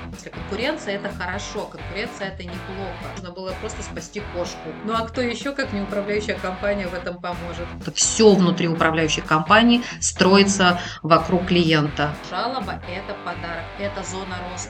Если конкуренция – это хорошо, конкуренция – это неплохо. Нужно было просто спасти кошку. Ну а кто еще, как не управляющая компания, в этом поможет? Все внутри управляющей компании строится вокруг клиента. Жалоба – это подарок, это зона роста.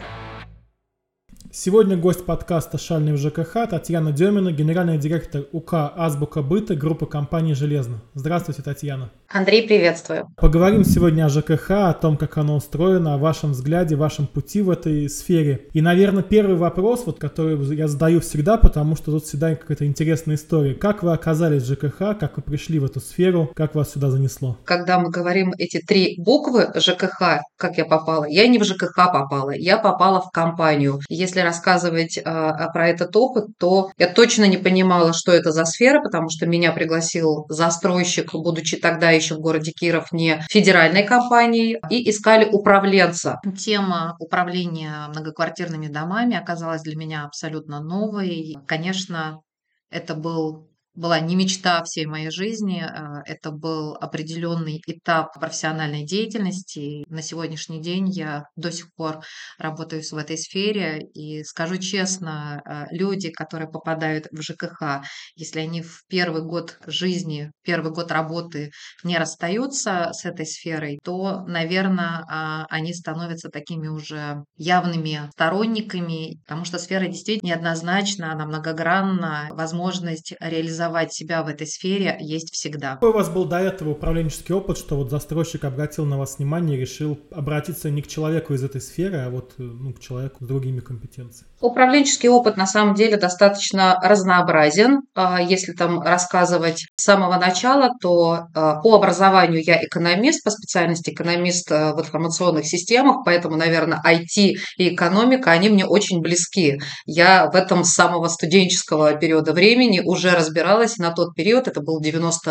Сегодня гость подкаста «Шальный в ЖКХ» Татьяна Демина, генеральный директор УК «Азбука быта» группы компании «Железно». Здравствуйте, Татьяна. Андрей, приветствую. Поговорим сегодня о ЖКХ, о том, как оно устроено, о вашем взгляде, вашем пути в этой сфере. И, наверное, первый вопрос, который я задаю всегда, потому что тут всегда какая-то интересная история. Как вы оказались в ЖКХ, как вы пришли в эту сферу, как вас сюда занесло? Когда мы говорим эти три буквы ЖКХ, как я попала, я не в ЖКХ попала, я попала в компанию. Если рассказывать про этот опыт, то я точно не понимала, что это за сфера, потому что меня пригласил застройщик, будучи тогда еще в городе Киров, не федеральной компанией, и искали управленца. Тема управления многоквартирными домами оказалась для меня абсолютно новой. Конечно, это была не мечта всей моей жизни, это был определенный этап профессиональной деятельности. На сегодняшний день я до сих пор работаю в этой сфере. И скажу честно, люди, которые попадают в ЖКХ, если они в первый год жизни, первый год работы не расстаются с этой сферой, то, наверное, они становятся такими уже явными сторонниками, потому что сфера действительно неоднозначна, она многогранна, возможность реализовать себя в этой сфере есть всегда. Какой у вас был до этого управленческий опыт, что вот застройщик обратил на вас внимание и решил обратиться не к человеку из этой сферы, а вот к человеку с другими компетенциями? Управленческий опыт на самом деле достаточно разнообразен. Если там рассказывать с самого начала, то по образованию я экономист, по специальности экономист в информационных системах, поэтому, наверное, IT и экономика, они мне очень близки. Я в этом с самого студенческого периода времени уже разбиралась. На тот период, это был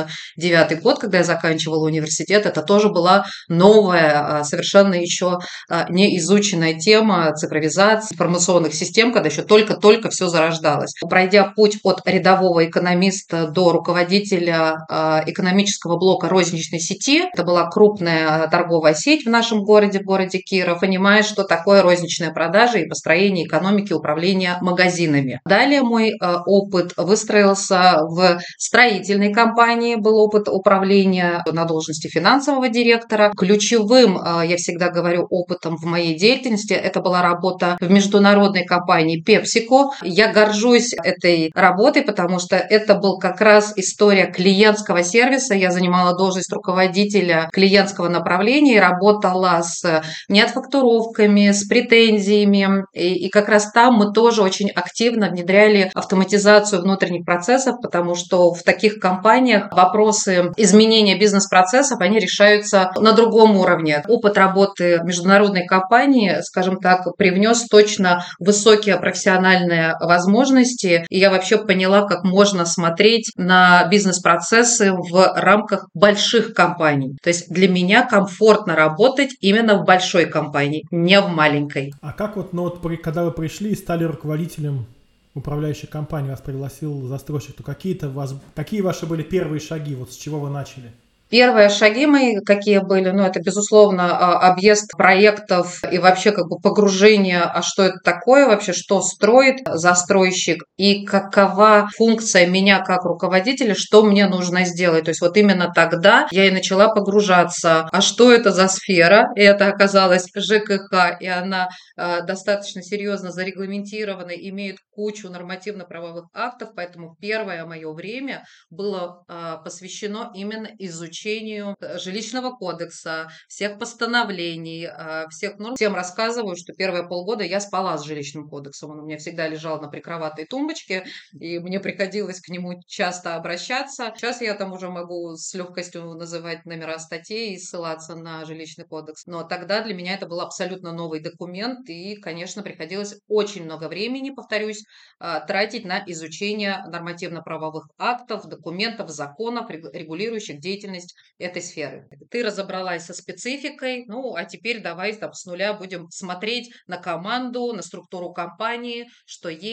99-й год, когда я заканчивала университет, это тоже была новая, совершенно еще не изученная тема цифровизации информационных систем, когда еще только-только все зарождалось. Пройдя путь от рядового экономиста до руководителя экономического блока розничной сети, это была крупная торговая сеть в нашем городе, в городе Киров, понимаешь, что такое розничная продажа и построение экономики управления магазинами. Далее мой опыт выстроился в строительной компании, был опыт управления на должности финансового директора. Ключевым, я всегда говорю, опытом в моей деятельности это была работа в международной компании PepsiCo. Я горжусь этой работой, потому что это был как раз история клиентского сервиса. Я занимала должность руководителя клиентского направления и работала с неотфактуровками, с претензиями. И как раз там мы тоже очень активно внедряли автоматизацию внутренних процессов, потому что в таких компаниях вопросы изменения бизнес-процессов, они решаются на другом уровне. Опыт работы в международной компании, скажем так, привнес точно высокие профессиональные возможности. И я вообще поняла, как можно смотреть на бизнес-процессы в рамках больших компаний. То есть для меня комфортно работать именно в большой компании, не в маленькой. А как когда вы пришли и стали руководителем управляющей компании, вас пригласил застройщик, то какие ваши были первые шаги, с чего вы начали? Первые шаги мои какие были, это, безусловно, объезд проектов и вообще погружение, а что это такое вообще, что строит застройщик и какова функция меня как руководителя, что мне нужно сделать. То есть вот именно тогда я и начала погружаться, а что это за сфера, и это оказалось ЖКХ, и она достаточно серьезно зарегламентирована, имеет кучу нормативно-правовых актов, поэтому первое мое время было посвящено именно изучению жилищного кодекса, всех постановлений, всех норм. Всем рассказываю, что первые полгода я спала с жилищным кодексом. Он у меня всегда лежал на прикроватной тумбочке, и мне приходилось к нему часто обращаться. Сейчас я там уже могу с легкостью называть номера статей и ссылаться на жилищный кодекс. Но тогда для меня это был абсолютно новый документ, и, конечно, приходилось очень много времени, повторюсь, тратить на изучение нормативно-правовых актов, документов, законов, регулирующих деятельность этой сферы. Ты разобралась со спецификой, а теперь давай с нуля будем смотреть на команду, на структуру компании, что есть,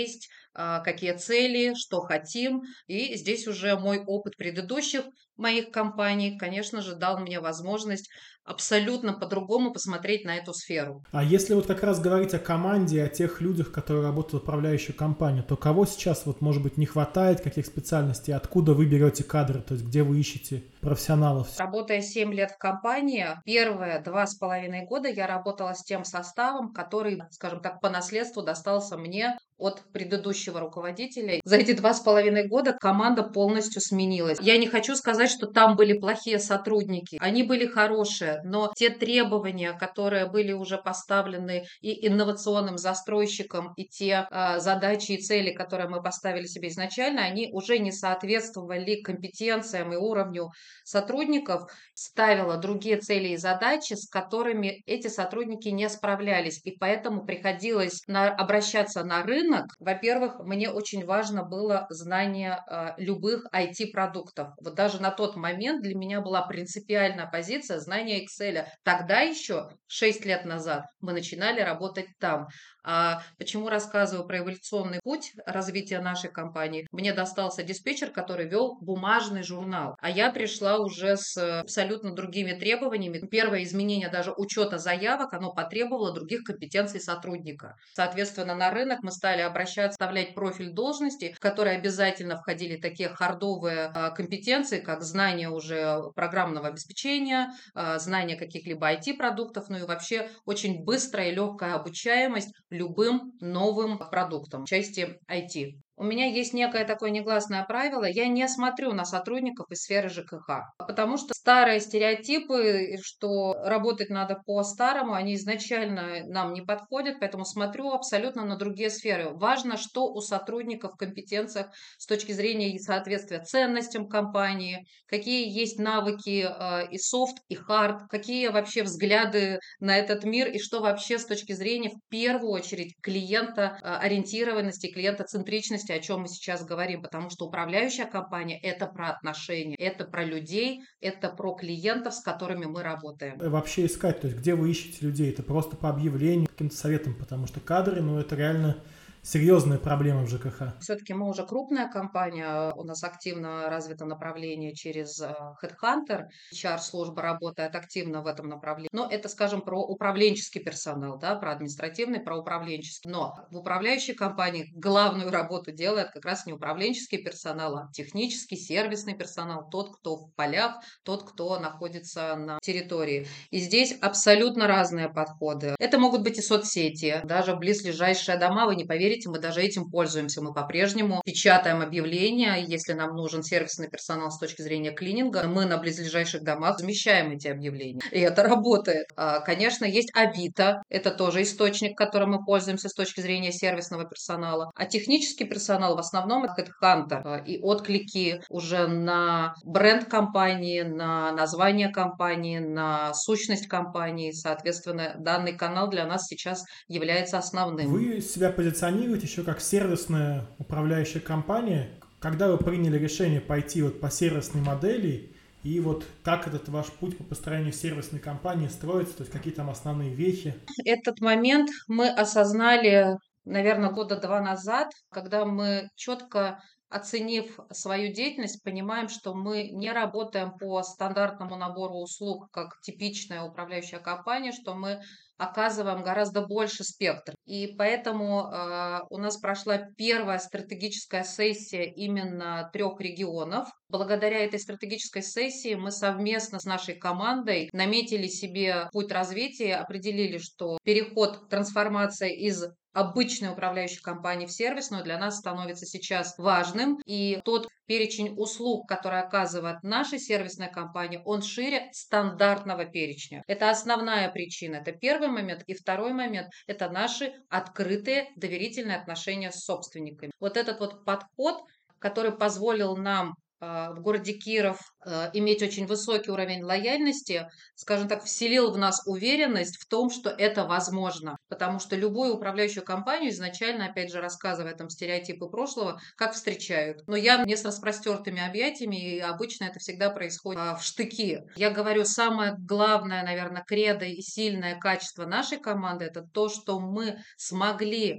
какие цели, что хотим. И здесь уже мой опыт предыдущих моих компаний, конечно же, дал мне возможность абсолютно по-другому посмотреть на эту сферу. А если вот как раз говорить о команде, о тех людях, которые работают в управляющей компании, то кого сейчас вот, может быть, не хватает, каких специальностей, откуда вы берете кадры, то есть где вы ищете профессионалов? Работая 7 лет в компании, первые 2,5 года я работала с тем составом, который, скажем так, по наследству достался мне от предыдущего руководителя. За эти 2,5 года команда полностью сменилась. Я не хочу сказать, что там были плохие сотрудники. Они были хорошие, но те требования, которые были уже поставлены и инновационным застройщикам, и те задачи и цели, которые мы поставили себе изначально, они уже не соответствовали компетенциям и уровню сотрудников, ставила другие цели и задачи, с которыми эти сотрудники не справлялись. И поэтому приходилось обращаться на рынок. Во-первых, мне очень важно было знание любых IT-продуктов. Вот даже на тот момент для меня была принципиальная позиция знания Excel. Тогда еще, 6 лет назад, мы начинали работать там. Почему рассказываю про эволюционный путь развития нашей компании? Мне достался диспетчер, который вел бумажный журнал, а я пришла уже с абсолютно другими требованиями. Первое изменение даже учета заявок, оно потребовало других компетенций сотрудника. Соответственно, на рынок мы стали обращаться, вставлять профиль должности, в которые обязательно входили такие хардовые компетенции, как знание уже программного обеспечения, знание каких-либо IT-продуктов, ну и вообще очень быстрая и легкая обучаемость любым новым продуктам в части IT. У меня есть некое такое негласное правило, я не смотрю на сотрудников из сферы ЖКХ, потому что старые стереотипы, что работать надо по-старому, они изначально нам не подходят, поэтому смотрю абсолютно на другие сферы. Важно, что у сотрудников в компетенциях с точки зрения соответствия ценностям компании, какие есть навыки и софт, и хард, какие вообще взгляды на этот мир и что вообще с точки зрения в первую очередь клиента ориентированности, клиентоцентричности, о чем мы сейчас говорим, потому что управляющая компания – это про отношения, это про людей, это про клиентов, с которыми мы работаем. Вообще искать, то есть где вы ищете людей, это просто по объявлению, каким-то советам, потому что кадры, ну это реально серьезная проблема в ЖКХ. Все-таки мы уже крупная компания, у нас активно развито направление через HeadHunter, HR-служба работает активно в этом направлении. Но это, скажем, про управленческий персонал, да, про административный, про управленческий. Но в управляющей компании главную работу делает как раз не управленческий персонал, а технический, сервисный персонал, тот, кто в полях, тот, кто находится на территории. И здесь абсолютно разные подходы. Это могут быть и соцсети, даже близлежащие дома, вы не поверите, мы даже этим пользуемся. Мы по-прежнему печатаем объявления. Если нам нужен сервисный персонал с точки зрения клининга, мы на близлежащих домах замещаем эти объявления. И это работает. Конечно, есть Авито. Это тоже источник, которым мы пользуемся с точки зрения сервисного персонала. А технический персонал в основном это HeadHunter. И отклики уже на бренд компании, на название компании, на сущность компании. Соответственно, данный канал для нас сейчас является основным. Вы себя позиционируете еще как сервисная управляющая компания. Когда вы приняли решение пойти вот по сервисной модели, и вот как этот ваш путь по построению сервисной компании строится, то есть какие там основные вехи? Этот момент мы осознали, наверное, 2 года назад, когда мы четко оценив свою деятельность, понимаем, что мы не работаем по стандартному набору услуг, как типичная управляющая компания, что мы оказываем гораздо больше спектр. И поэтому у нас прошла первая стратегическая сессия именно 3 регионов. Благодаря этой стратегической сессии мы совместно с нашей командой наметили себе путь развития, определили, что переход, трансформация из обычной управляющей компании в сервисную для нас становится сейчас важным. И тот перечень услуг, который оказывает наша сервисная компания, он шире стандартного перечня. Это основная причина. Это первый момент. И второй момент – это наши открытые доверительные отношения с собственниками. Вот этот вот подход, который позволил нам в городе Киров иметь очень высокий уровень лояльности, скажем так, вселил в нас уверенность в том, что это возможно. Потому что любую управляющую компанию изначально, опять же, рассказывая там стереотипы прошлого, как встречают. Но я не с распростертыми объятиями, и обычно это всегда происходит в штыки. Я говорю, самое главное, наверное, кредо и сильное качество нашей команды – это то, что мы смогли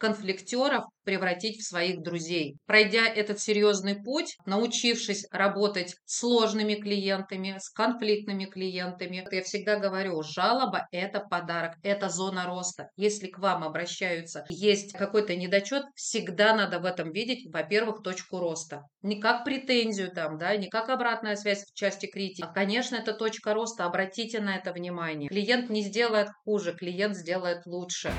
конфликтеров превратить в своих друзей. Пройдя этот серьезный путь, научившись работать с сложными клиентами, с конфликтными клиентами, я всегда говорю, жалоба – это подарок, это зона роста. Если к вам обращаются, есть какой-то недочет, всегда надо в этом видеть, во-первых, точку роста. Не как претензию там, да, не как обратная связь в части критики. Конечно, это точка роста, обратите на это внимание. Клиент не сделает хуже, клиент сделает лучше.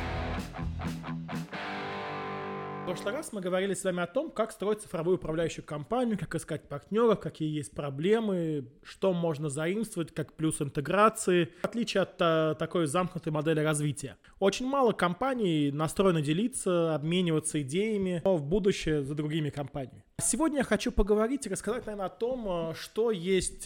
В прошлый раз мы говорили с вами о том, как строить цифровую управляющую компанию, как искать партнеров, какие есть проблемы, что можно заимствовать, как плюс интеграции, в отличие от такой замкнутой модели развития. Очень мало компаний настроено делиться, обмениваться идеями, но в будущее за другими компаниями. Сегодня я хочу поговорить и рассказать, наверное, о том, что есть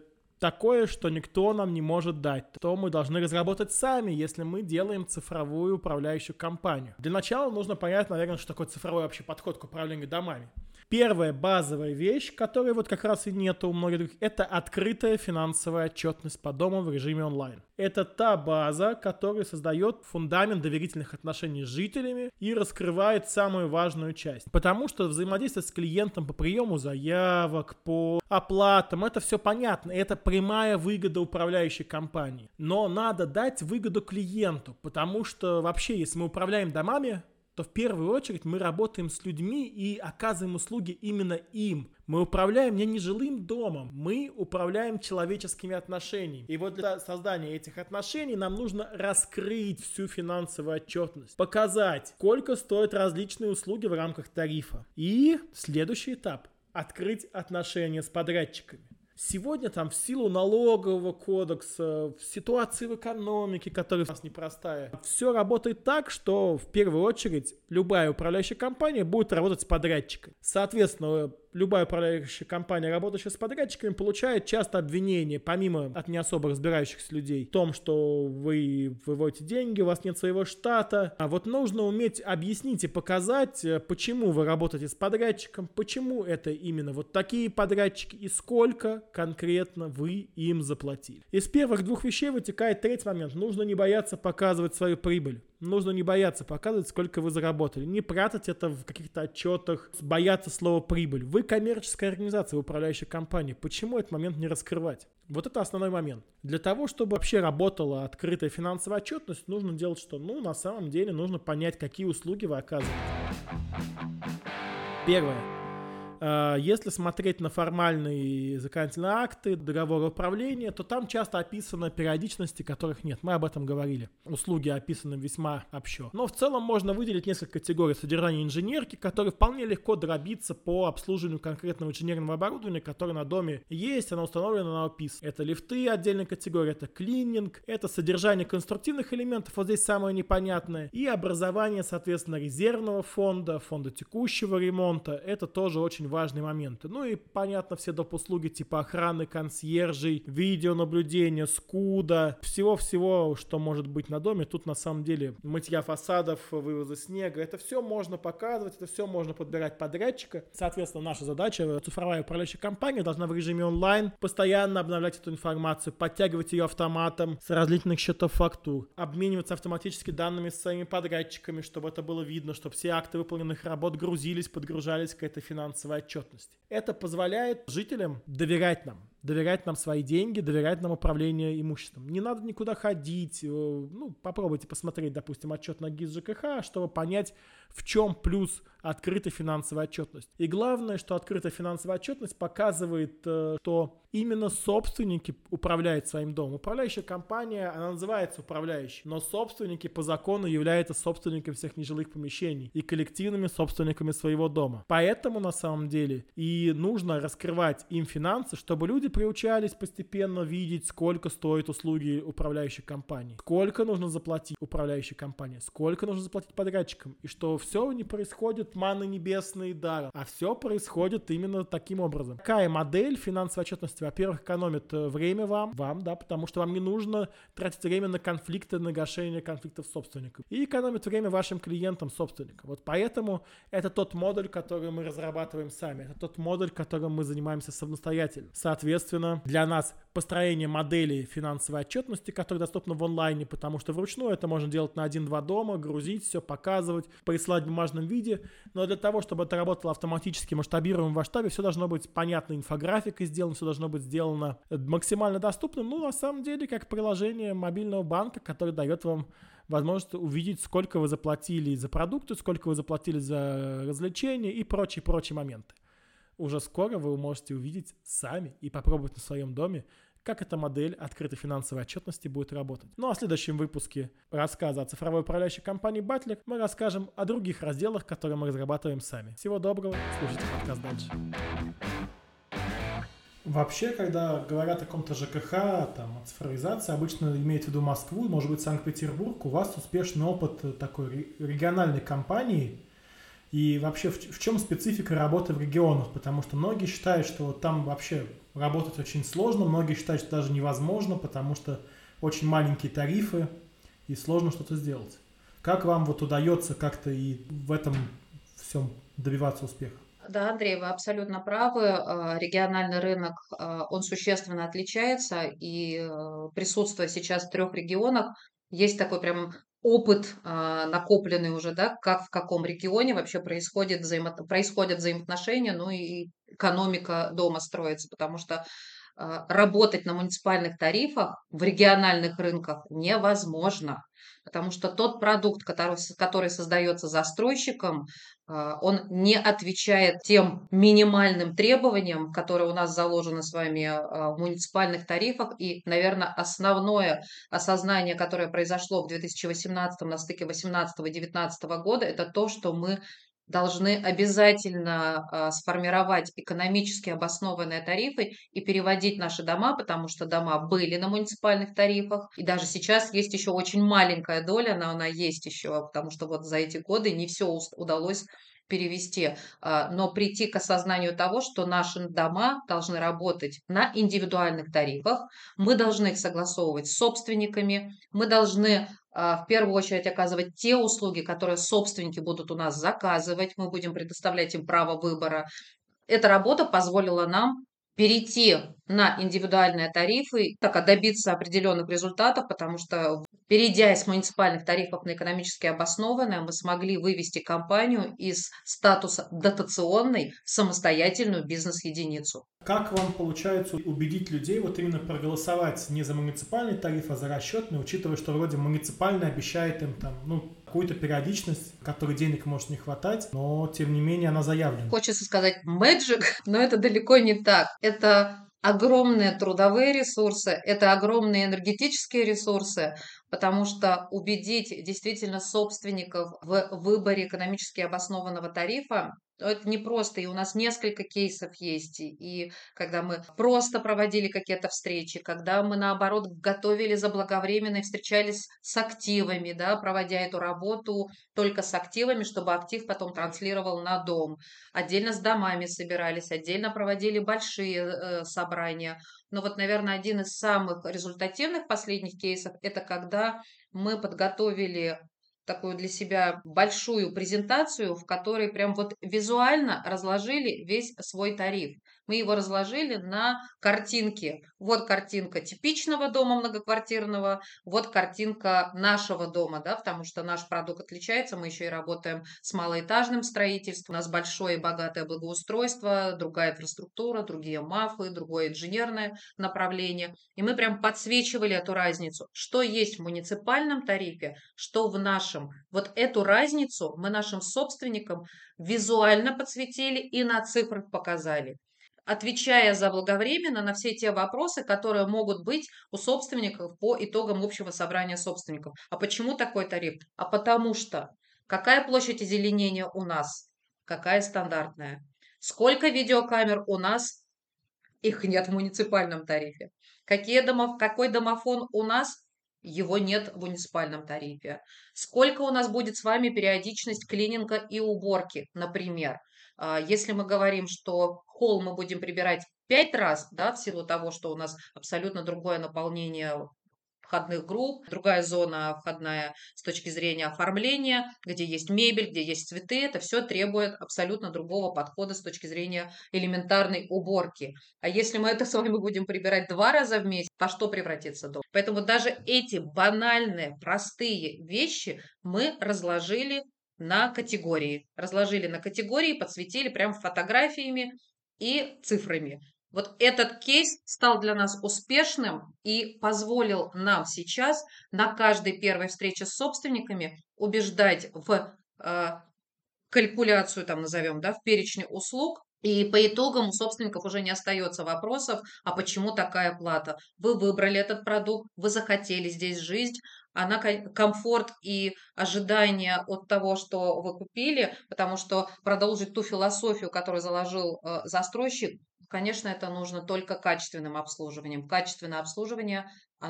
такое, что никто нам не может дать, то мы должны разработать сами, если мы делаем цифровую управляющую компанию. Для начала нужно понять, наверное, что такое цифровой вообще подход к управлению домами. Первая базовая вещь, которой вот как раз и нету у многих других, это открытая финансовая отчетность по дому в режиме онлайн. Это та база, которая создает фундамент доверительных отношений с жителями и раскрывает самую важную часть. Потому что взаимодействие с клиентом по приему заявок, по оплатам, это все понятно, это прямая выгода управляющей компании. Но надо дать выгоду клиенту, потому что вообще, если мы управляем домами, то в первую очередь мы работаем с людьми и оказываем услуги именно им. Мы управляем не нежилым домом, мы управляем человеческими отношениями. И вот для создания этих отношений нам нужно раскрыть всю финансовую отчетность, показать, сколько стоят различные услуги в рамках тарифа. И следующий этап – открыть отношения с подрядчиками. Сегодня там в силу налогового кодекса, в ситуации в экономике, которая у нас непростая, все работает так, что в первую очередь любая управляющая компания будет работать с подрядчиками. Соответственно, любая управляющая компания, работающая с подрядчиками, получает часто обвинения, помимо от не особо разбирающихся людей, в том, что вы выводите деньги, у вас нет своего штата. А вот нужно уметь объяснить и показать, почему вы работаете с подрядчиком, почему это именно вот такие подрядчики и сколько конкретно вы им заплатили. Из первых двух вещей вытекает третий момент. Нужно не бояться показывать свою прибыль. Нужно не бояться показывать, сколько вы заработали. Не прятать это в каких-то отчетах, бояться слова «прибыль». Вы коммерческая организация, управляющая компания. Почему этот момент не раскрывать? Вот это основной момент. Для того, чтобы вообще работала открытая финансовая отчетность, нужно делать что? На самом деле нужно понять, какие услуги вы оказываете. Первое. Если смотреть на формальные законодательные акты, договоры управления, то там часто описаны периодичности, которых нет. Мы об этом говорили. Услуги описаны весьма общо. Но в целом можно выделить несколько категорий содержания инженерки, которые вполне легко дробиться по обслуживанию конкретного инженерного оборудования, которое на доме есть, оно установлено, оно описано. Это лифты отдельной категории, это клининг, это содержание конструктивных элементов, вот здесь самое непонятное, и образование, соответственно, резервного фонда, фонда текущего ремонта. Это тоже очень важные моменты. Ну и, понятно, все доп. Услуги типа охраны, консьержей, видеонаблюдения, скуда, всего-всего, что может быть на доме. Тут на самом деле мытья фасадов, вывоза снега, это все можно показывать, это все можно подбирать подрядчика. Соответственно, наша задача, цифровая управляющая компания должна в режиме онлайн постоянно обновлять эту информацию, подтягивать ее автоматом с различных счетов фактур, обмениваться автоматически данными с своими подрядчиками, чтобы это было видно, чтобы все акты выполненных работ грузились, подгружались к этой финансовой отчетности. Это позволяет жителям доверять нам свои деньги, доверять нам управление имуществом. Не надо никуда ходить, попробуйте посмотреть, допустим, отчет на ГИС ЖКХ, чтобы понять, в чем плюс открытой финансовой отчетности. И главное, что открытая финансовая отчетность показывает, что именно собственники управляют своим домом. Управляющая компания, она называется управляющей, но собственники по закону являются собственниками всех нежилых помещений и коллективными собственниками своего дома. Поэтому на самом деле и нужно раскрывать им финансы, чтобы люди приучались постепенно видеть, сколько стоят услуги управляющей компании, сколько нужно заплатить управляющей компании, сколько нужно заплатить подрядчикам, и что все не происходит манны небесные даром, а все происходит именно таким образом. Какая модель финансовой отчетности, во-первых, экономит время вам, да, потому что вам не нужно тратить время на конфликты, на гашение конфликтов с собственником, и экономит время вашим клиентам, собственникам. Вот поэтому это тот модуль, который мы разрабатываем сами, это тот модуль, которым мы занимаемся самостоятельно. Соответственно, соответственно, для нас построение модели финансовой отчетности, которая доступна в онлайне, потому что вручную это можно делать на один-два дома, грузить все, показывать, присылать в бумажном виде. Но для того, чтобы это работало автоматически, масштабируемо в масштабе, все должно быть понятно, инфографикой сделано, все должно быть сделано максимально доступным. Ну, на самом деле, как приложение мобильного банка, которое дает вам возможность увидеть, сколько вы заплатили за продукты, сколько вы заплатили за развлечения и прочие моменты. Уже скоро вы можете увидеть сами и попробовать на своем доме, как эта модель открытой финансовой отчетности будет работать. Ну а в следующем выпуске рассказа о цифровой управляющей компании Батлер мы расскажем о других разделах, которые мы разрабатываем сами. Всего доброго, слушайте подкаст дальше. Вообще, когда говорят о каком-то ЖКХ, там, о цифровизации, обычно имеют в виду Москву, может быть, Санкт-Петербург. У вас успешный опыт такой региональной компании. И вообще, в чем специфика работы в регионах? Потому что многие считают, что там вообще работать очень сложно, многие считают, что даже невозможно, потому что очень маленькие тарифы и сложно что-то сделать. Как вам вот удается как-то и в этом всем добиваться успеха? Да, Андрей, вы абсолютно правы. Региональный рынок, он существенно отличается, и присутствуя сейчас в 3 регионах, есть такой прям опыт, накопленный уже, да, как в каком регионе вообще происходят взаимоотношения, ну и экономика дома строится, потому что работать на муниципальных тарифах в региональных рынках невозможно, потому что тот продукт, который создается застройщиком, он не отвечает тем минимальным требованиям, которые у нас заложены с вами в муниципальных тарифах. И, наверное, основное осознание, которое произошло в 2018 на стыке 18-19 года, это то, что мы должны обязательно сформировать экономически обоснованные тарифы и переводить наши дома, потому что дома были на муниципальных тарифах, и даже сейчас есть еще очень маленькая доля, но она есть еще, потому что вот за эти годы не все удалось перевести, но прийти к осознанию того, что наши дома должны работать на индивидуальных тарифах, мы должны их согласовывать с собственниками, мы должны в первую очередь оказывать те услуги, которые собственники будут у нас заказывать, мы будем предоставлять им право выбора. Эта работа позволила нам перейти на индивидуальные тарифы, добиться определенных результатов, потому что, перейдя с муниципальных тарифов на экономически обоснованные, мы смогли вывести компанию из статуса дотационной в самостоятельную бизнес-единицу. Как вам получается убедить людей вот именно проголосовать не за муниципальный тариф, а за расчетный, учитывая, что вроде муниципальный обещает им там, какую-то периодичность, которой денег может не хватать, но тем не менее она заявлена? Хочется сказать magic, но это далеко не так. Это огромные трудовые ресурсы, это огромные энергетические ресурсы, потому что убедить действительно собственников в выборе экономически обоснованного тарифа, это непросто, и у нас несколько кейсов есть, и когда мы просто проводили какие-то встречи, когда мы, наоборот, готовили заблаговременно и встречались с активами, да, проводя эту работу только с активами, чтобы актив потом транслировал на дом. Отдельно с домами собирались, отдельно проводили большие собрания. Но вот, наверное, один из самых результативных последних кейсов – это когда мы подготовили такую для себя большую презентацию, в которой прям вот визуально разложили весь свой тариф. Мы его разложили на картинке. Вот картинка типичного дома многоквартирного, вот картинка нашего дома, да, потому что наш продукт отличается, мы еще и работаем с малоэтажным строительством, у нас большое и богатое благоустройство, другая инфраструктура, другие МАФы, другое инженерное направление. И мы прям подсвечивали эту разницу, что есть в муниципальном тарифе, что в нашем. Вот эту разницу мы нашим собственникам визуально подсветили и на цифрах показали, отвечая заблаговременно на все те вопросы, которые могут быть у собственников по итогам общего собрания собственников. А почему такой тариф? А потому что какая площадь озеленения у нас, какая стандартная, сколько видеокамер у нас, их нет в муниципальном тарифе, какой домофон у нас, его нет в муниципальном тарифе. Сколько у нас будет с вами периодичность клининга и уборки, например. Если мы говорим, что холл мы будем прибирать 5 раз, да, в силу того, что у нас абсолютно другое наполнение входных групп, другая зона входная с точки зрения оформления, где есть мебель, где есть цветы. Это все требует абсолютно другого подхода с точки зрения элементарной уборки. А если мы это с вами будем прибирать 2 раза в месяц, во что превратится дом? Поэтому даже эти банальные, простые вещи мы разложили на категории. Разложили на категории, подсветили прям фотографиями и цифрами. Вот этот кейс стал для нас успешным и позволил нам сейчас на каждой первой встрече с собственниками убеждать в калькуляцию, там назовем, да, в перечне услуг. И по итогам у собственников уже не остается вопросов, а почему такая плата? Вы выбрали этот продукт, вы захотели здесь жить, она комфорт и ожидание от того, что вы купили, потому что продолжить ту философию, которую заложил застройщик, конечно, это нужно только качественным обслуживанием. Качественное обслуживание,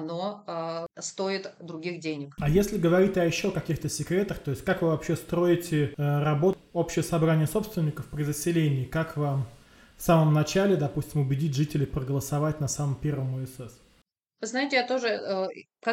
оно стоит других денег. А если говорить о еще каких-то секретах, то есть как вы вообще строите работу, общее собрание собственников при заселении, как вам в самом начале, допустим, убедить жителей проголосовать на самом первом ОСС? Вы знаете, я тоже,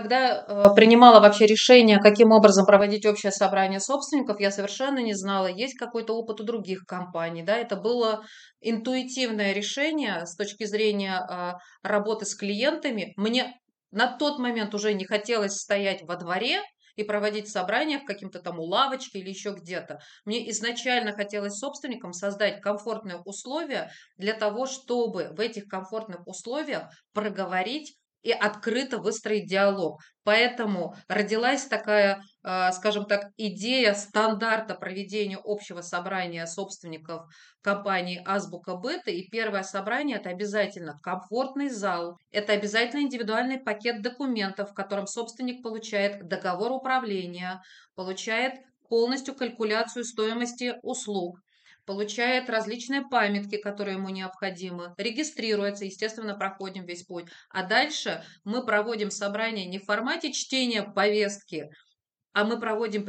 когда принимала вообще решение, каким образом проводить общее собрание собственников, я совершенно не знала, есть какой-то опыт у других компаний, да, это было интуитивное решение с точки зрения работы с клиентами. Мне на тот момент уже не хотелось стоять во дворе и проводить собрания в каким-то там у лавочки или еще где-то. Мне изначально хотелось собственникам создать комфортные условия для того, чтобы в этих комфортных условиях проговорить и открыто выстроить диалог. Поэтому родилась такая, скажем так, идея стандарта проведения общего собрания собственников компании «Азбука Быта». И первое собрание – это обязательно комфортный зал, это обязательно индивидуальный пакет документов, в котором собственник получает договор управления, получает полностью калькуляцию стоимости услуг, получает различные памятки, которые ему необходимы, регистрируется, естественно, проходим весь путь. А дальше мы проводим собрание не в формате чтения повестки, а мы проводим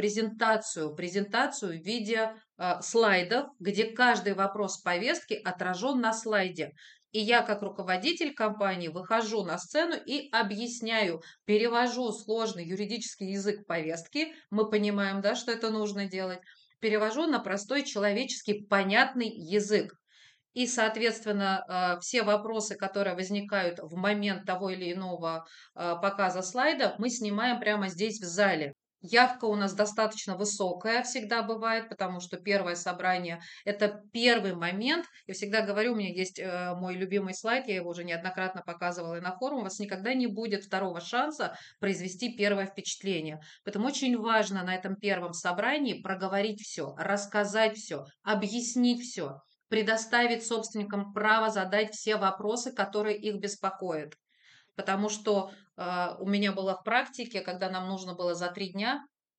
презентацию в виде слайдов, где каждый вопрос повестки отражен на слайде. И я, как руководитель компании, выхожу на сцену и объясняю, перевожу сложный юридический язык повестки. Мы понимаем, да, что это нужно делать. Перевожу на простой человеческий понятный язык. И, соответственно, все вопросы, которые возникают в момент того или иного показа слайдов, мы снимаем прямо здесь в зале. Явка у нас достаточно высокая всегда бывает, потому что первое собрание – это первый момент. Я всегда говорю, у меня есть мой любимый слайд, я его уже неоднократно показывала и на форуме, у вас никогда не будет второго шанса произвести первое впечатление. Поэтому очень важно на этом первом собрании проговорить все, рассказать все, объяснить все, предоставить собственникам право задать все вопросы, которые их беспокоят. Потому что у меня было в практике, когда нам нужно было за 3 дня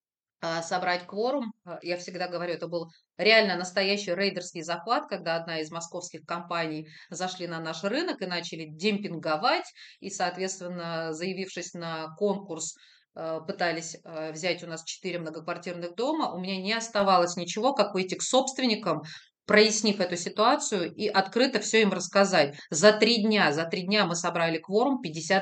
собрать кворум, я всегда говорю, это был реально настоящий рейдерский захват, когда одна из московских компаний зашли на наш рынок и начали демпинговать, и, соответственно, заявившись на конкурс, пытались взять у нас 4 многоквартирных дома, у меня не оставалось ничего, как выйти к собственникам, прояснив эту ситуацию и открыто все им рассказать. За три дня мы собрали кворум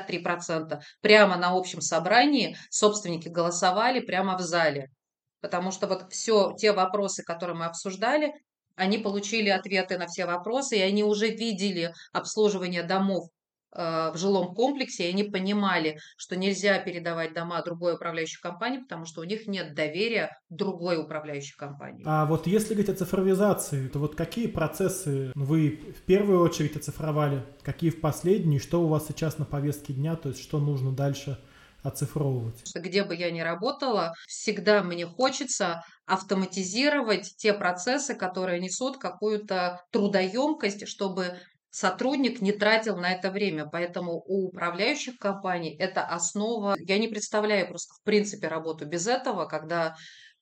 53%. Прямо на общем собрании собственники голосовали прямо в зале. Потому что вот все те вопросы, которые мы обсуждали, они получили ответы на все вопросы, и они уже видели обслуживание домов в жилом комплексе, и они понимали, что нельзя передавать дома другой управляющей компании, потому что у них нет доверия другой управляющей компании. А вот если говорить о цифровизации, то вот какие процессы вы в первую очередь оцифровали, какие в последнюю, что у вас сейчас на повестке дня, то есть что нужно дальше оцифровывать? Где бы я ни работала, всегда мне хочется автоматизировать те процессы, которые несут какую-то трудоемкость, чтобы сотрудник не тратил на это время. Поэтому у управляющих компаний это основа. Я не представляю просто в принципе работу без этого, когда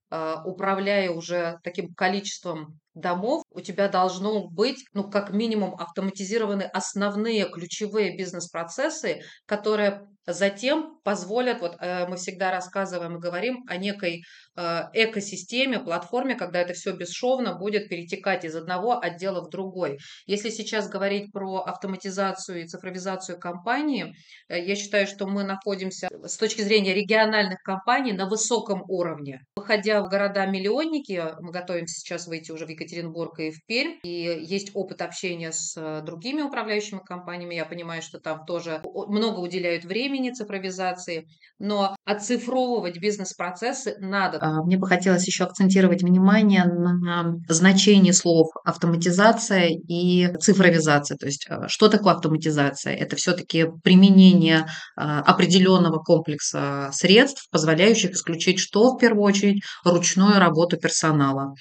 управляя уже таким количеством домов, у тебя должно быть, как минимум, автоматизированы основные ключевые бизнес-процессы, которые затем позволят, мы всегда рассказываем и говорим о некой экосистеме, платформе, когда это все бесшовно будет перетекать из одного отдела в другой. Если сейчас говорить про автоматизацию и цифровизацию компании, я считаю, что мы находимся с точки зрения региональных компаний на высоком уровне. Выходя в города-миллионники, мы готовимся сейчас выйти уже в Екатеринбург и в Пермь, и есть опыт общения с другими управляющими компаниями. Я понимаю, что там тоже много уделяют времени цифровизации, но оцифровывать бизнес-процессы надо. Мне бы хотелось еще акцентировать внимание на значении слов автоматизация и цифровизация. То есть, что такое автоматизация? Это все-таки применение определенного комплекса средств, позволяющих исключить что в первую очередь? Ручную работу персонала.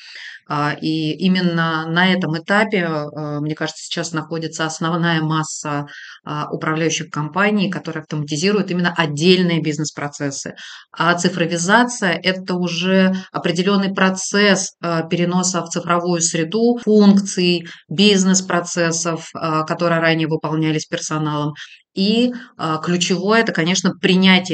И именно на этом этапе, мне кажется, сейчас находится основная масса управляющих компаний, которые автоматизируют именно отдельные бизнес-процессы. А цифровизация – это уже определенный процесс переноса в цифровую среду функций, бизнес-процессов, которые ранее выполнялись персоналом. И ключевое – это, конечно, принятие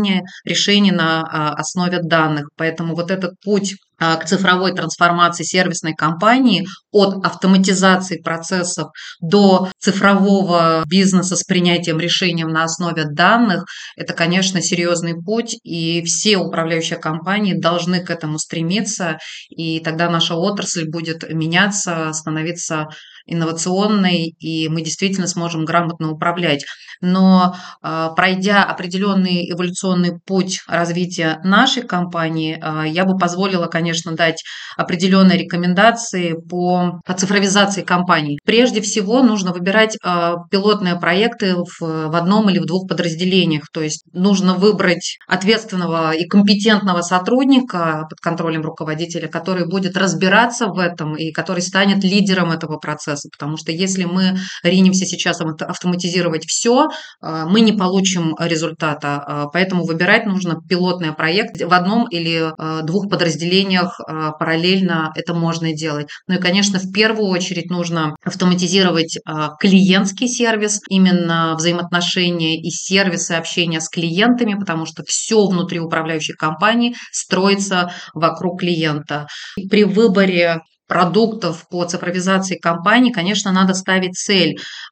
решений на основе данных. Поэтому вот этот путь к цифровой трансформации сервисной компании от автоматизации процессов до цифрового бизнеса с принятием решений на основе данных – это, конечно, серьезный путь, и все управляющие компании должны к этому стремиться, и тогда наша отрасль будет меняться, становиться инновационной, и мы действительно сможем грамотно управлять. Но пройдя определенный эволюционный путь развития нашей компании, я бы позволила, конечно, дать определенные рекомендации по цифровизации компаний. Прежде всего, нужно выбирать пилотные проекты в одном или в двух подразделениях. То есть нужно выбрать ответственного и компетентного сотрудника под контролем руководителя, который будет разбираться в этом и который станет лидером этого процесса. Потому что если мы ринемся сейчас автоматизировать все, мы не получим результата. Поэтому выбирать нужно пилотный проект в одном или двух подразделениях параллельно это можно делать. Ну и, конечно, в первую очередь нужно автоматизировать клиентский сервис, именно взаимоотношения и сервисы общения с клиентами, потому что все внутри управляющей компании строится вокруг клиента. При выборе продуктов по цифровизации компании, конечно, надо ставить цель,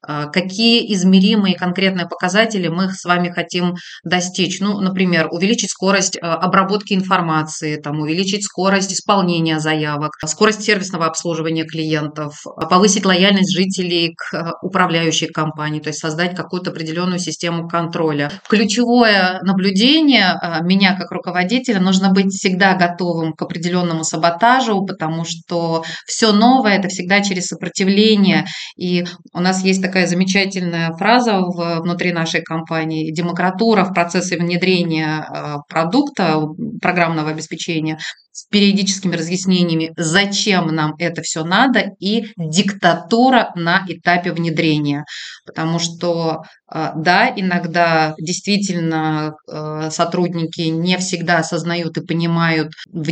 какие измеримые конкретные показатели мы с вами хотим достичь. Ну, например, увеличить скорость обработки информации, увеличить скорость исполнения заявок, скорость сервисного обслуживания клиентов, повысить лояльность жителей к управляющей компании, то есть создать какую-то определенную систему контроля. Ключевое наблюдение меня как руководителя: нужно быть всегда готовым к определенному саботажу, потому что все новое – это всегда через сопротивление. И у нас есть такая замечательная фраза внутри нашей компании: демократура в процессе внедрения продукта, программного обеспечения, с периодическими разъяснениями, зачем нам это все надо, и диктатура на этапе внедрения. Потому что, да, иногда действительно сотрудники не всегда осознают и понимают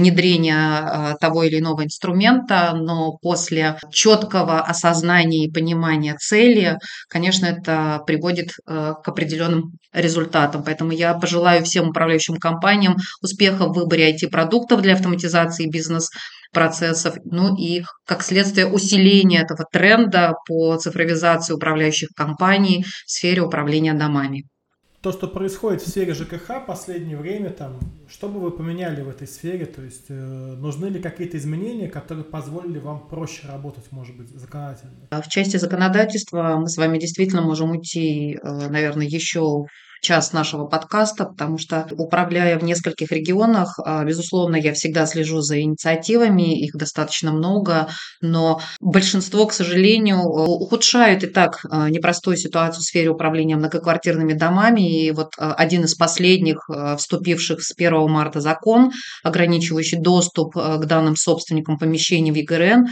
внедрение того или иного инструмента, но после четкого осознания и понимания цели, конечно, это приводит к определенным результатам. Поэтому я пожелаю всем управляющим компаниям успеха в выборе IT-продуктов для автоматизации бизнес-процессов, ну и, как следствие, усиления этого тренда по цифровизации управляющих компаний в сфере управления домами. То, что происходит в сфере ЖКХ в последнее время, что бы вы поменяли в этой сфере? То есть нужны ли какие-то изменения, которые позволили вам проще работать, может быть, законодательно? В части законодательства мы с вами действительно можем уйти, наверное, еще час нашего подкаста, потому что, управляя в нескольких регионах, безусловно, я всегда слежу за инициативами, их достаточно много, но большинство, к сожалению, ухудшают и так непростую ситуацию в сфере управления многоквартирными домами. И вот один из последних, вступивших с 1 марта закон, ограничивающий доступ к данным собственникам помещений в ЕГРН,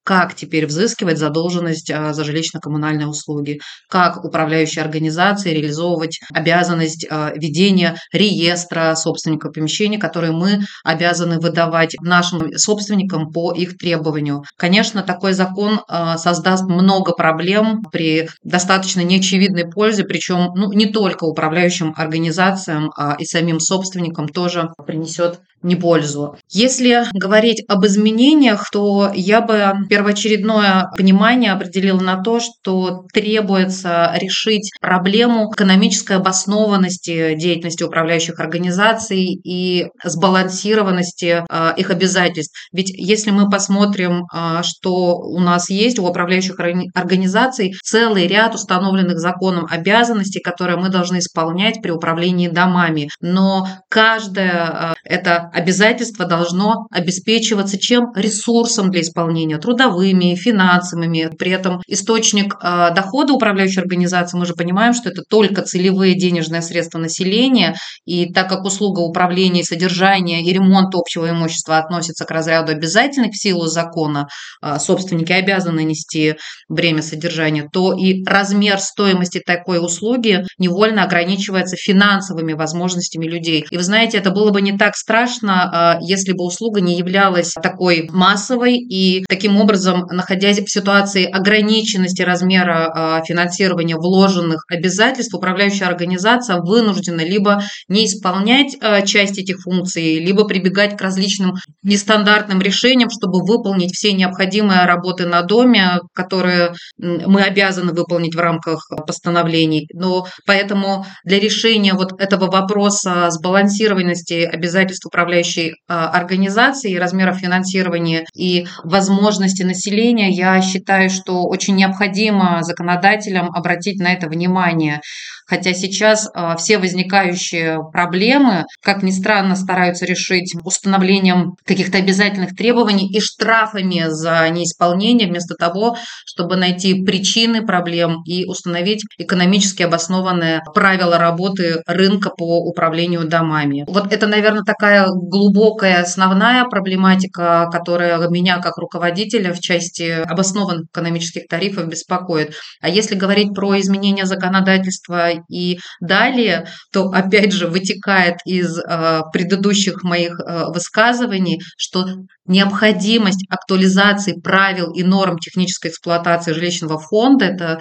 как теперь взыскивать задолженность за жилищно-коммунальные услуги, как управляющие организации реализовывать обязанность ведения реестра собственников помещений, которые мы обязаны выдавать нашим собственникам по их требованию. Конечно, такой закон создаст много проблем при достаточно неочевидной пользе, причем не только управляющим организациям, а и самим собственникам тоже принесет не пользу. Если говорить об изменениях, то я бы первоочередное внимание определила на то, что требуется решить проблему экономической обоснованности деятельности управляющих организаций и сбалансированности их обязательств. Ведь если мы посмотрим, что у нас есть у управляющих организаций, целый ряд установленных законом обязанностей, которые мы должны исполнять при управлении домами. Но каждое это обязательство должно обеспечиваться чем? Ресурсом для исполнения, трудовыми, финансовыми. При этом источник дохода управляющей организации, мы же понимаем, что это только целевые денежные средства населения, и так как услуга управления, содержания и ремонта общего имущества относится к разряду обязательных в силу закона, собственники обязаны нести бремя содержания, то и размер стоимости такой услуги невольно ограничивается финансовыми возможностями людей. И вы знаете, это было бы не так страшно, если бы услуга не являлась такой массовой, и таким образом, находясь в ситуации ограниченности размера финансирования вложенных обязательств, управляющая организация вынуждена либо не исполнять часть этих функций, либо прибегать к различным нестандартным решениям, чтобы выполнить все необходимые работы на доме, которые мы обязаны выполнить в рамках постановлений. Но поэтому для решения вот этого вопроса сбалансированности обязательств управляющей организации, размеров финансирования и возможности населения, я считаю, что очень необходимо законодателям обратить на это внимание. Хотя сейчас все возникающие проблемы, как ни странно, стараются решить установлением каких-то обязательных требований и штрафами за неисполнение, вместо того, чтобы найти причины проблем и установить экономически обоснованные правила работы рынка по управлению домами. Вот это, наверное, такая глубокая основная проблематика, которая меня как руководителя в части обоснованных экономических тарифов беспокоит. А если говорить про изменение законодательства и далее, то опять же вытекает из предыдущих моих высказываний, что необходимость актуализации правил и норм технической эксплуатации жилищного фонда, это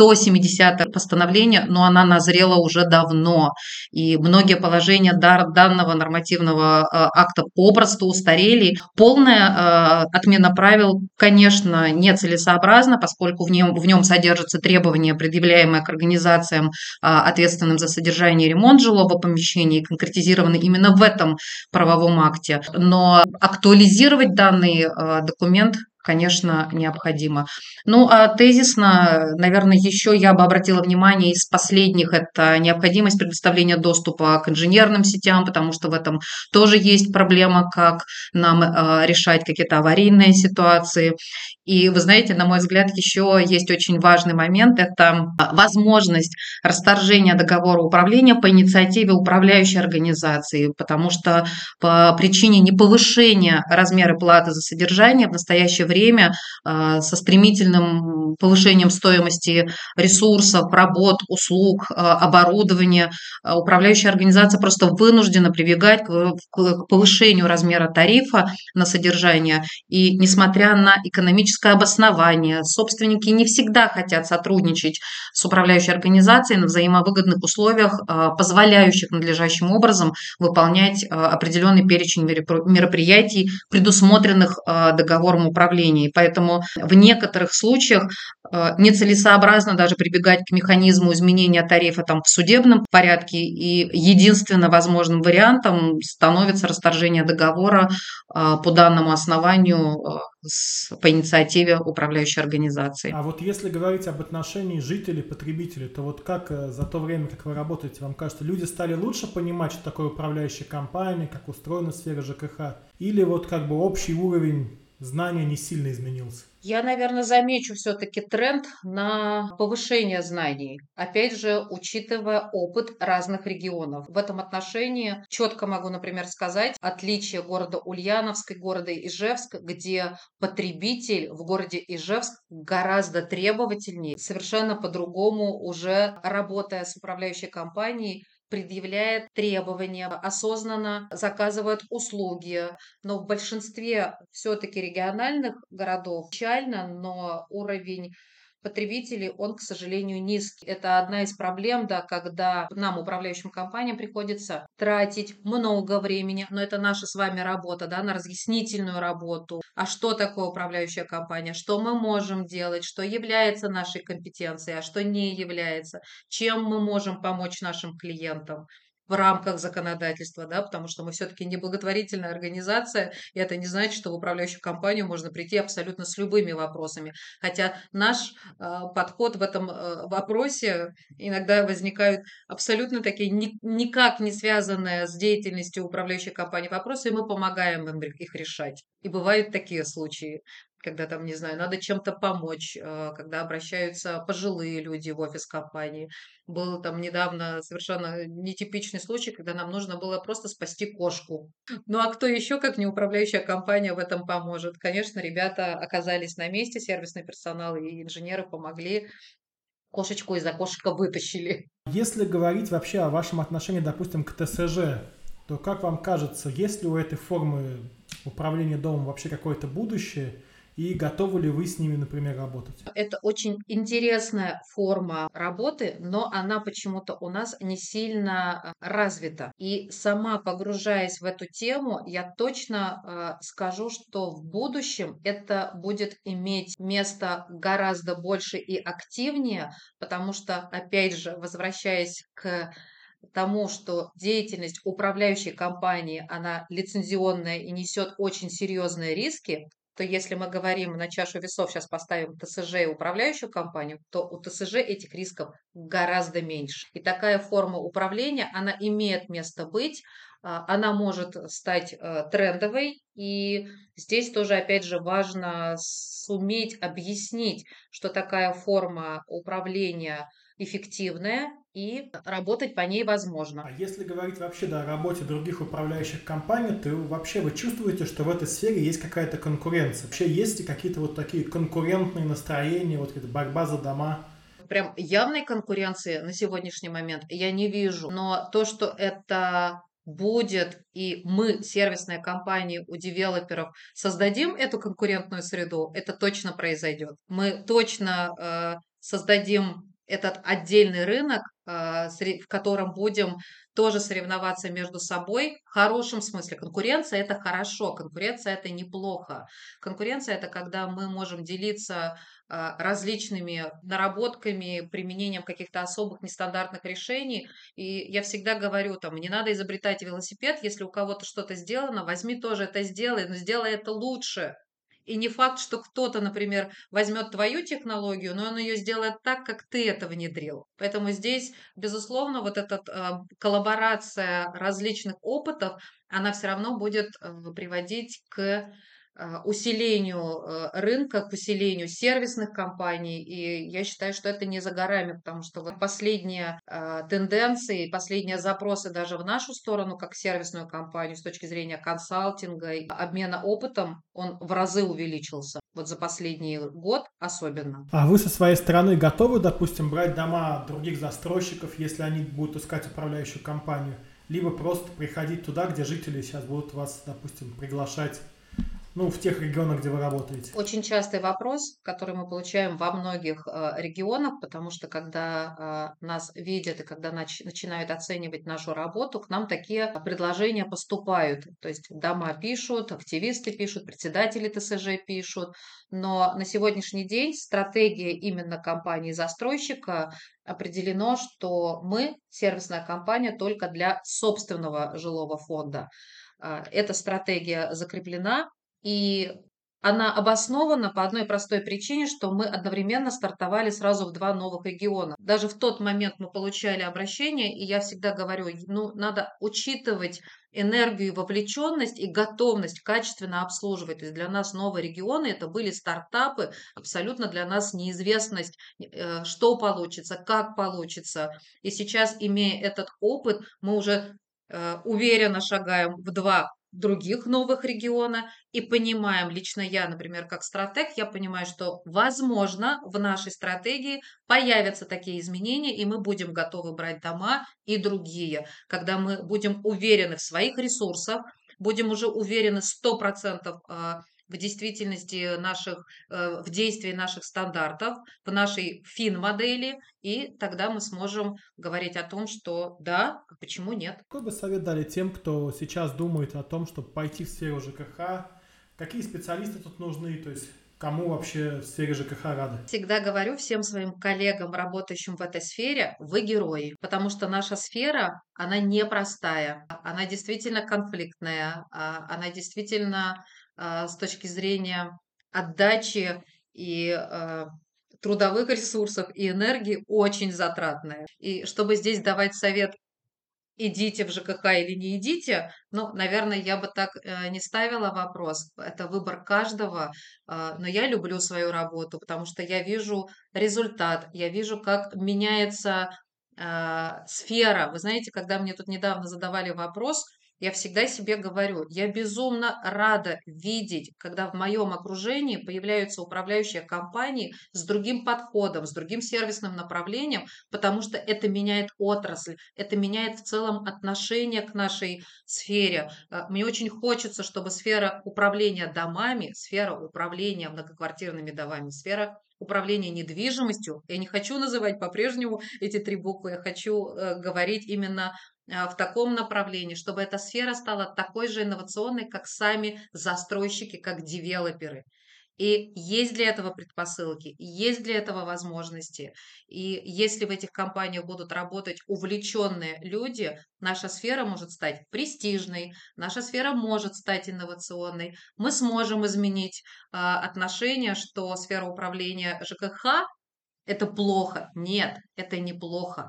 170-е постановление, но она назрела уже давно. И многие положения данного нормативного акта попросту устарели. Полная отмена правил, конечно, нецелесообразна, поскольку в нем содержатся требования, предъявляемые к организациям, ответственным за содержание и ремонт жилого помещения, и конкретизированы именно в этом правовом акте. Но актуализировать данный документ, конечно, необходимо. Ну, а тезисно, наверное, еще я бы обратила внимание из последних, это необходимость предоставления доступа к инженерным сетям, потому что в этом тоже есть проблема, как нам решать какие-то аварийные ситуации. И вы знаете, на мой взгляд, еще есть очень важный момент, это возможность расторжения договора управления по инициативе управляющей организации, потому что по причине неповышения размера платы за содержание в настоящее время со стремительным повышением стоимости ресурсов, работ, услуг, оборудования, управляющая организация просто вынуждена прибегать к повышению размера тарифа на содержание. И несмотря на экономическое обоснование, собственники не всегда хотят сотрудничать с управляющей организацией на взаимовыгодных условиях, позволяющих надлежащим образом выполнять определенный перечень мероприятий, предусмотренных договором управления. Поэтому в некоторых случаях нецелесообразно даже прибегать к механизму изменения тарифа в судебном порядке, и единственно возможным вариантом становится расторжение договора по данному основанию по инициативе управляющей организации. А вот если говорить об отношении жителей-потребителей, то вот как за то время, как вы работаете, вам кажется, люди стали лучше понимать, что такое управляющая компания, как устроена сфера ЖКХ, или вот как бы общий уровень знания не сильно изменился? Я, наверное, замечу все-таки тренд на повышение знаний, опять же, учитывая опыт разных регионов. В этом отношении четко могу, например, сказать отличие города Ульяновск и города Ижевск, где потребитель в городе Ижевск гораздо требовательнее, совершенно по-другому уже работая с управляющей компанией, предъявляет требования, осознанно заказывает услуги, но в большинстве все-таки региональных городов печально, но уровень потребителей, он, к сожалению, низкий. Это одна из проблем, да, когда нам, управляющим компаниям, приходится тратить много времени, но это наша с вами работа, да, на разъяснительную работу. А что такое управляющая компания? Что мы можем делать? Что является нашей компетенцией, а что не является? Чем мы можем помочь нашим клиентам? В рамках законодательства, да, потому что мы все-таки не благотворительная организация, и это не значит, что в управляющую компанию можно прийти абсолютно с любыми вопросами. Хотя наш подход в этом вопросе иногда возникают абсолютно такие никак не связанные с деятельностью управляющей компании вопросы, и мы помогаем им их решать. И бывают такие случаи, когда там, не знаю, надо чем-то помочь, когда обращаются пожилые люди в офис компании. Был там недавно совершенно нетипичный случай, когда нам нужно было просто спасти кошку. Ну а кто еще, как не управляющая компания, в этом поможет? Конечно, ребята оказались на месте, сервисный персонал и инженеры помогли, кошечку из окошка вытащили. Если говорить вообще о вашем отношении, допустим, к ТСЖ, то как вам кажется, есть ли у этой формы управления домом вообще какое-то будущее? И готовы ли вы с ними, например, работать? Это очень интересная форма работы, но она почему-то у нас не сильно развита. И сама погружаясь в эту тему, я точно скажу, что в будущем это будет иметь место гораздо больше и активнее, потому что, опять же, возвращаясь к тому, что деятельность управляющей компании, она лицензионная и несет очень серьезные риски, то если мы говорим на чашу весов, сейчас поставим ТСЖ и управляющую компанию, то у ТСЖ этих рисков гораздо меньше. И такая форма управления, она имеет место быть, она может стать трендовой, и здесь тоже, опять же, важно суметь объяснить, что такая форма управления эффективная, и работать по ней возможно. А если говорить вообще да, о работе других управляющих компаний, то вообще вы чувствуете, что в этой сфере есть какая-то конкуренция? Вообще есть ли какие-то вот такие конкурентные настроения, вот какая-то борьба за дома? Прям явной конкуренции на сегодняшний момент я не вижу, но то, что это будет, и мы, сервисная компания у девелоперов, создадим эту конкурентную среду, это точно произойдет. Мы точно создадим этот отдельный рынок, в котором будем тоже соревноваться между собой в хорошем смысле. Конкуренция – это хорошо, конкуренция – это неплохо. Конкуренция – это когда мы можем делиться различными наработками, применением каких-то особых нестандартных решений. И я всегда говорю, там, не надо изобретать велосипед, если у кого-то что-то сделано, возьми тоже это сделай, но сделай это лучше. И не факт, что кто-то, например, возьмет твою технологию, но он ее сделает так, как ты это внедрил. Поэтому здесь, безусловно, вот эта коллаборация различных опытов, она все равно будет приводить к усилению рынка, к усилению сервисных компаний. И я считаю, что это не за горами, потому что вот последние тенденции, последние запросы даже в нашу сторону, как сервисную компанию, с точки зрения консалтинга и обмена опытом, он в разы увеличился. Вот за последний год особенно. А вы со своей стороны готовы, допустим, брать дома других застройщиков, если они будут искать управляющую компанию? Либо просто приходить туда, где жители сейчас будут вас, допустим, приглашать, ну, в тех регионах, где вы работаете? Очень частый вопрос, который мы получаем во многих регионах, потому что когда нас видят и когда начинают оценивать нашу работу, к нам такие предложения поступают. То есть дома пишут, активисты пишут, председатели ТСЖ пишут. Но на сегодняшний день стратегия именно компании-застройщика определено, что мы сервисная компания только для собственного жилого фонда. Эта стратегия закреплена, и Она обоснована по одной простой причине, что мы одновременно стартовали сразу в 2 новых региона. Даже в тот момент мы получали обращение, и я всегда говорю, ну, надо учитывать энергию, вовлеченность и готовность качественно обслуживать. То есть для нас новые регионы — это были стартапы, абсолютно для нас неизвестность, что получится, как получится. И сейчас, имея этот опыт, мы уже уверенно шагаем в 2 других новых региона и понимаем, лично я, например, как стратег, я понимаю, что, возможно, в нашей стратегии появятся такие изменения, и мы будем готовы брать дома и другие, когда мы будем уверены в своих ресурсах, будем уже уверены 100% в действительности наших, в действии наших стандартов, в нашей фин-модели, и тогда мы сможем говорить о том, что да, почему нет. Какой бы совет дали тем, кто сейчас думает о том, чтобы пойти в сферу ЖКХ? Какие специалисты тут нужны? То есть кому вообще в сфере ЖКХ рады? Всегда говорю всем своим коллегам, работающим в этой сфере, вы герои, потому что наша сфера, она непростая, она действительно конфликтная, она действительно с точки зрения отдачи и трудовых ресурсов и энергии очень затратная. И чтобы здесь давать совет идите в ЖКХ или не идите, ну, наверное, я бы так не ставила вопрос. Это выбор каждого, но я люблю свою работу, потому что я вижу результат, я вижу, как меняется сфера. Вы знаете, когда мне тут недавно задавали вопрос, я всегда себе говорю, я безумно рада видеть, когда в моем окружении появляются управляющие компании с другим подходом, с другим сервисным направлением, потому что это меняет отрасль, это меняет в целом отношение к нашей сфере. Мне очень хочется, чтобы сфера управления домами, сфера управления многоквартирными домами, сфера управления недвижимостью, я не хочу называть по-прежнему эти 3 буквы, я хочу говорить именно в таком направлении, чтобы эта сфера стала такой же инновационной, как сами застройщики, как девелоперы. И есть для этого предпосылки, есть для этого возможности. И если в этих компаниях будут работать увлеченные люди, наша сфера может стать престижной, наша сфера может стать инновационной. Мы сможем изменить отношение, что сфера управления ЖКХ — это плохо. Нет, это не плохо.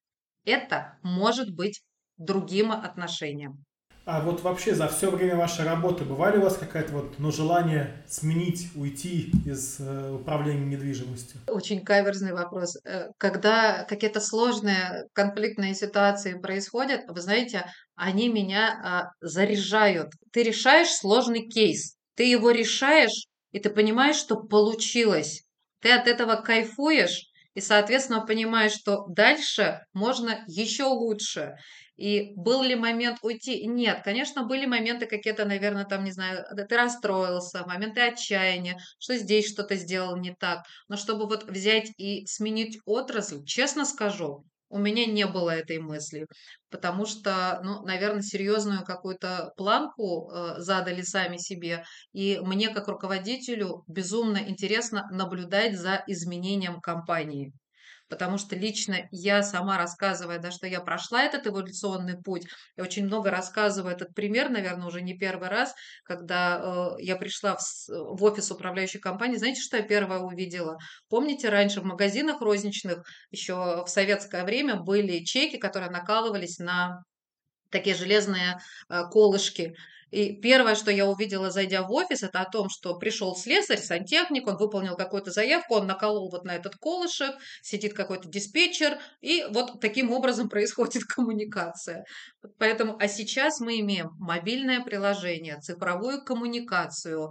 Это может быть другим отношением. А вот вообще за все время вашей работы бывали у вас какое-то вот, ну, желание сменить, уйти из управления недвижимостью? Очень каверзный вопрос. Когда какие-то сложные конфликтные ситуации происходят, вы знаете, они меня заряжают. Ты решаешь сложный кейс, ты его решаешь, и ты понимаешь, что получилось. Ты от этого кайфуешь, и, соответственно, понимаешь, что дальше можно еще лучше. И был ли момент уйти? Нет, конечно, были моменты какие-то, наверное, там, не знаю, ты расстроился, моменты отчаяния, что здесь что-то сделал не так. Но чтобы вот взять и сменить отрасль, честно скажу, у меня не было этой мысли, потому что, ну, наверное, серьезную какую-то планку задали сами себе, и мне как руководителю безумно интересно наблюдать за изменением компании. Потому что лично я сама рассказывая, да, что я прошла этот эволюционный путь, я очень много рассказываю этот пример, наверное, уже не первый раз, когда я пришла в офис управляющей компании, знаете, что я первое увидела? Помните, раньше в магазинах розничных еще в советское время были чеки, которые накалывались на такие железные колышки. И первое, что я увидела, зайдя в офис, это о том, что пришел слесарь, сантехник, он выполнил какую-то заявку, он наколол вот на этот колышек, сидит какой-то диспетчер, и вот таким образом происходит коммуникация. Поэтому, а сейчас мы имеем мобильное приложение, цифровую коммуникацию.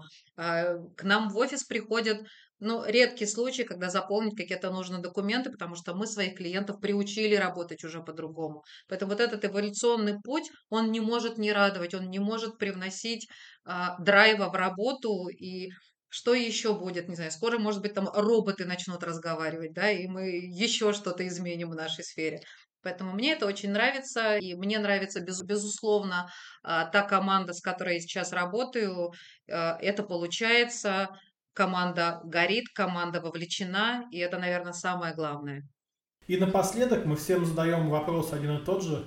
К нам в офис приходят, ну, редкий случай, когда заполнить какие-то нужные документы, потому что мы своих клиентов приучили работать уже по-другому. Поэтому вот этот эволюционный путь, он не может не радовать, он не может привносить драйва в работу. И что еще будет, не знаю, скоро, может быть, там роботы начнут разговаривать, да, и мы еще что-то изменим в нашей сфере. Поэтому мне это очень нравится, и мне нравится, безусловно, та команда, с которой я сейчас работаю, это получается, команда горит, команда вовлечена, и это, наверное, самое главное. И напоследок мы всем задаем вопрос один и тот же.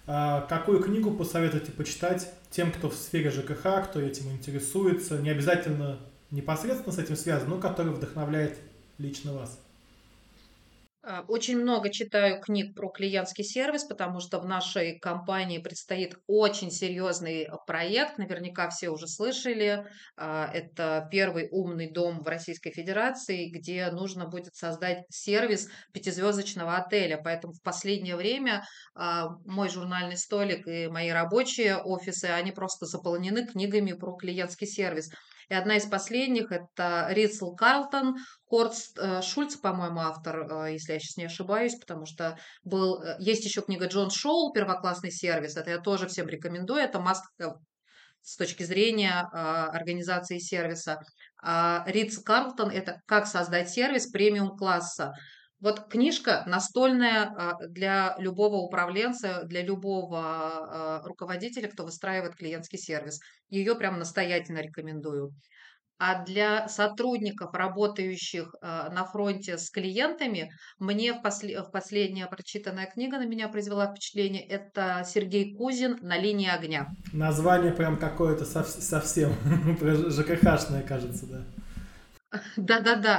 Какую книгу посоветуете почитать тем, кто в сфере ЖКХ, кто этим интересуется? Не обязательно непосредственно с этим связан, но который вдохновляет лично вас? Очень много читаю книг про клиентский сервис, потому что в нашей компании предстоит очень серьезный проект. Наверняка все уже слышали. Это первый умный дом в Российской Федерации, где нужно будет создать сервис пятизвездочного отеля. Поэтому в последнее время мой журнальный столик и мои рабочие офисы, они просто заполнены книгами про клиентский сервис. И одна из последних – это Ритцел Карлтон, Хорст Шульц, по-моему, автор, если я сейчас не ошибаюсь, потому что есть еще книга Джон Шоул «Первоклассный сервис». Это я тоже всем рекомендую. Это must-have с точки зрения организации сервиса. Ритц Карлтон – это «Как создать сервис премиум-класса». Вот книжка настольная для любого управленца, для любого руководителя, кто выстраивает клиентский сервис. Ее прям настоятельно рекомендую. А для сотрудников, работающих на фронте с клиентами, мне в последняя прочитанная книга на меня произвела впечатление. Это Сергей Кузин «На линии огня». Название прям какое-то совсем ЖКХшное, кажется, да. Да-да-да.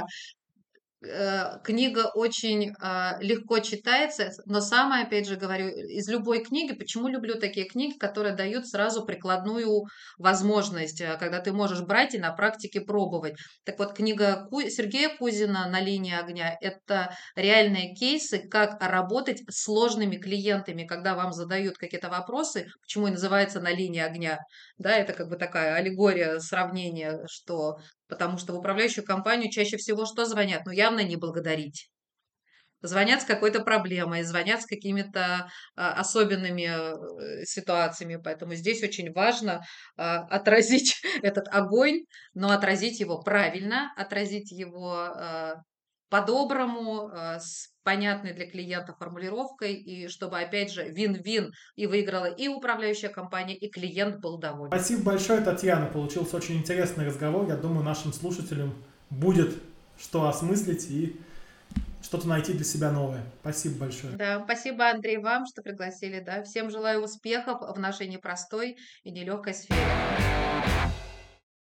Книга очень легко читается, но самое, опять же говорю, из любой книги, почему люблю такие книги, которые дают сразу прикладную возможность, когда ты можешь брать и на практике пробовать. Так вот, книга Сергея Кузина «На линии огня» – это реальные кейсы, как работать с сложными клиентами, когда вам задают какие-то вопросы, почему и называется «На линии огня». Да, это как бы такая аллегория, сравнение, что потому что в управляющую компанию чаще всего что звонят? Ну, явно не благодарить. Звонят с какой-то проблемой, звонят с какими-то особенными ситуациями. Поэтому здесь очень важно отразить этот огонь, но отразить его правильно, отразить его по-доброму, с понятной для клиента формулировкой, и чтобы, опять же, вин-вин, и выиграла и управляющая компания, и клиент был доволен. Спасибо большое, Татьяна. Получился очень интересный разговор. Я думаю, нашим слушателям будет что осмыслить и что-то найти для себя новое. Спасибо большое. Да, спасибо, Андрей, вам, что пригласили. Да. Всем желаю успехов в нашей непростой и нелегкой сфере.